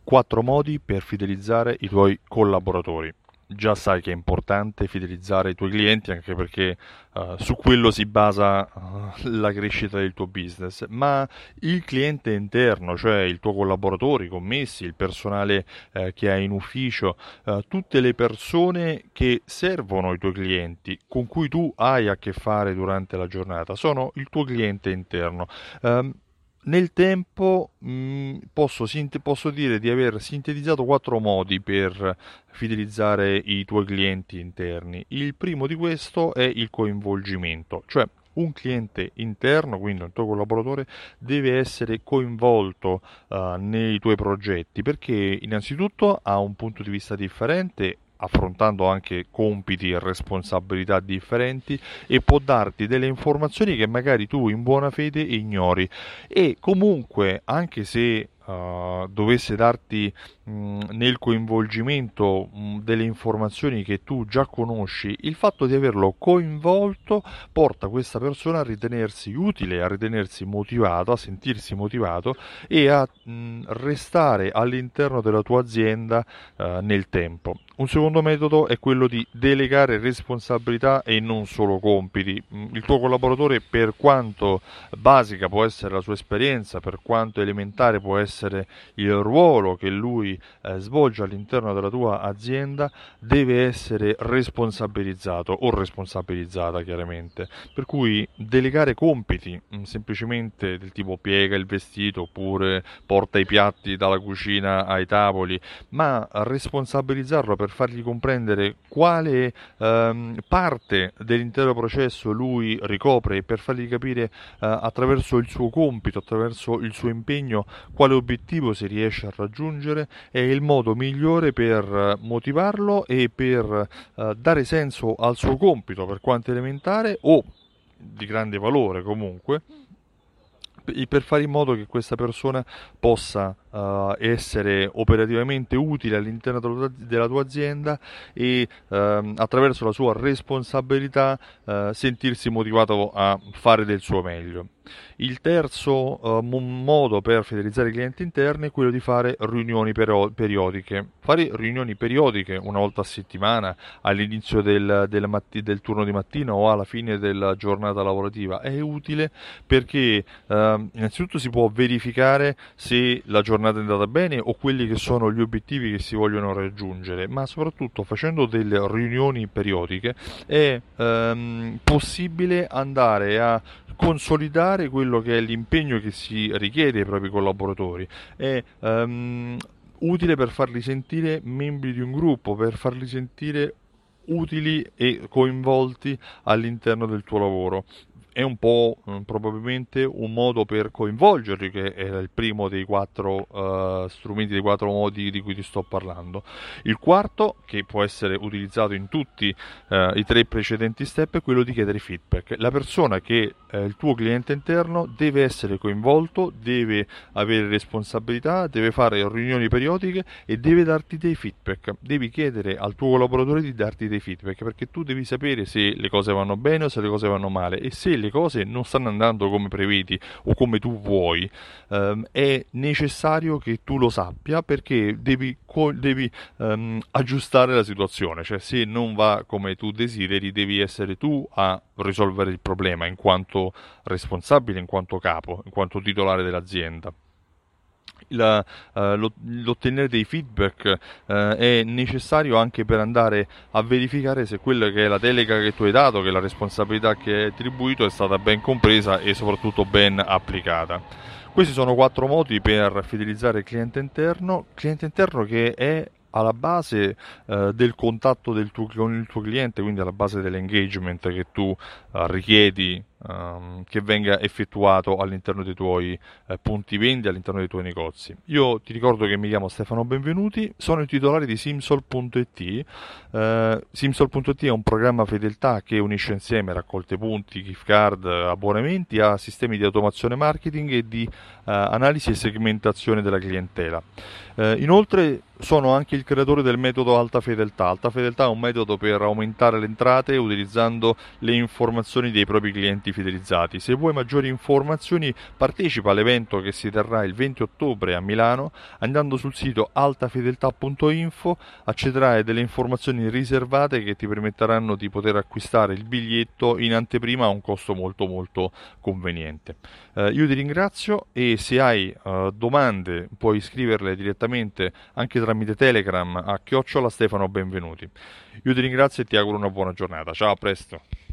4 modi per fidelizzare i tuoi collaboratori. Già sai che è importante fidelizzare i tuoi clienti anche perché su quello si basa la crescita del tuo business, ma il cliente interno, cioè il tuo collaboratore, i commessi, il personale che hai in ufficio, tutte le persone che servono i tuoi clienti, con cui tu hai a che fare durante la giornata, sono il tuo cliente interno. Nel tempo posso dire di aver sintetizzato 4 modi per fidelizzare i tuoi clienti interni. Il primo di questo è il coinvolgimento, cioè un cliente interno, quindi un tuo collaboratore, deve essere coinvolto nei tuoi progetti perché innanzitutto ha un punto di vista differente, affrontando anche compiti e responsabilità differenti e può darti delle informazioni che magari tu in buona fede ignori e comunque anche se dovesse darti nel coinvolgimento delle informazioni che tu già conosci, il fatto di averlo coinvolto porta questa persona a ritenersi utile, a ritenersi motivato, a sentirsi motivato e a restare all'interno della tua azienda nel tempo. Un secondo metodo è quello di delegare responsabilità e non solo compiti. Il tuo collaboratore, per quanto basica può essere la sua esperienza, per quanto elementare può essere il ruolo che lui svolge all'interno della tua azienda, deve essere responsabilizzato o responsabilizzata chiaramente. Per cui delegare compiti semplicemente del tipo piega il vestito oppure porta i piatti dalla cucina ai tavoli, ma responsabilizzarlo per fargli comprendere quale parte dell'intero processo lui ricopre e per fargli capire attraverso il suo compito, attraverso il suo impegno, quale obiettivo si riesce a raggiungere, è il modo migliore per motivarlo e per dare senso al suo compito, per quanto elementare o di grande valore comunque, per fare in modo che questa persona possa essere operativamente utile all'interno della tua azienda e attraverso la sua responsabilità sentirsi motivato a fare del suo meglio. Il terzo modo per fidelizzare i clienti interni è quello di fare riunioni periodiche. Fare riunioni periodiche una volta a settimana, all'inizio del turno di mattina o alla fine della giornata lavorativa è utile perché innanzitutto si può verificare se la giornata è andata bene o quelli che sono gli obiettivi che si vogliono raggiungere, ma soprattutto facendo delle riunioni periodiche è possibile andare a consolidare quello che è l'impegno che si richiede ai propri collaboratori. È utile per farli sentire membri di un gruppo, per farli sentire utili e coinvolti all'interno del tuo lavoro. È un po' probabilmente un modo per coinvolgerli, che è il primo dei 4 strumenti, dei 4 modi di cui ti sto parlando. Il quarto, che può essere utilizzato in tutti i 3 precedenti step, è quello di chiedere feedback. La persona che è il tuo cliente interno deve essere coinvolto, deve avere responsabilità, deve fare riunioni periodiche e deve darti dei feedback. Devi chiedere al tuo collaboratore di darti dei feedback perché tu devi sapere se le cose vanno bene o se le cose vanno male e se le cose non stanno andando come prevedi o come tu vuoi, è necessario che tu lo sappia perché devi aggiustare la situazione, cioè se non va come tu desideri devi essere tu a risolvere il problema in quanto responsabile, in quanto capo, in quanto titolare dell'azienda. L'ottenere dei feedback è necessario anche per andare a verificare se quella che è la delega che tu hai dato, che è la responsabilità che hai attribuito, è stata ben compresa e soprattutto ben applicata. Questi sono 4 modi per fidelizzare il cliente interno che è alla base del contatto con il tuo cliente, quindi alla base dell'engagement che tu richiedi che venga effettuato all'interno dei tuoi punti vendi, all'interno dei tuoi negozi. Io ti ricordo che mi chiamo Stefano Benvenuti, sono il titolare di Simsol.it. Simsol.it è un programma fedeltà che unisce insieme raccolte punti, gift card, abbonamenti a sistemi di automazione marketing e di analisi e segmentazione della clientela. Inoltre sono anche il creatore del metodo Alta Fedeltà. Alta Fedeltà è un metodo per aumentare le entrate utilizzando le informazioni dei propri clienti clienti fidelizzati. Se vuoi maggiori informazioni, partecipa all'evento che si terrà il 20 ottobre a Milano. Andando sul sito altafedeltà.info accederai a delle informazioni riservate che ti permetteranno di poter acquistare il biglietto in anteprima a un costo molto molto conveniente. Io ti ringrazio e se hai domande puoi scriverle direttamente anche tramite Telegram a @Stefano Benvenuti. Io ti ringrazio e ti auguro una buona giornata. Ciao, a presto.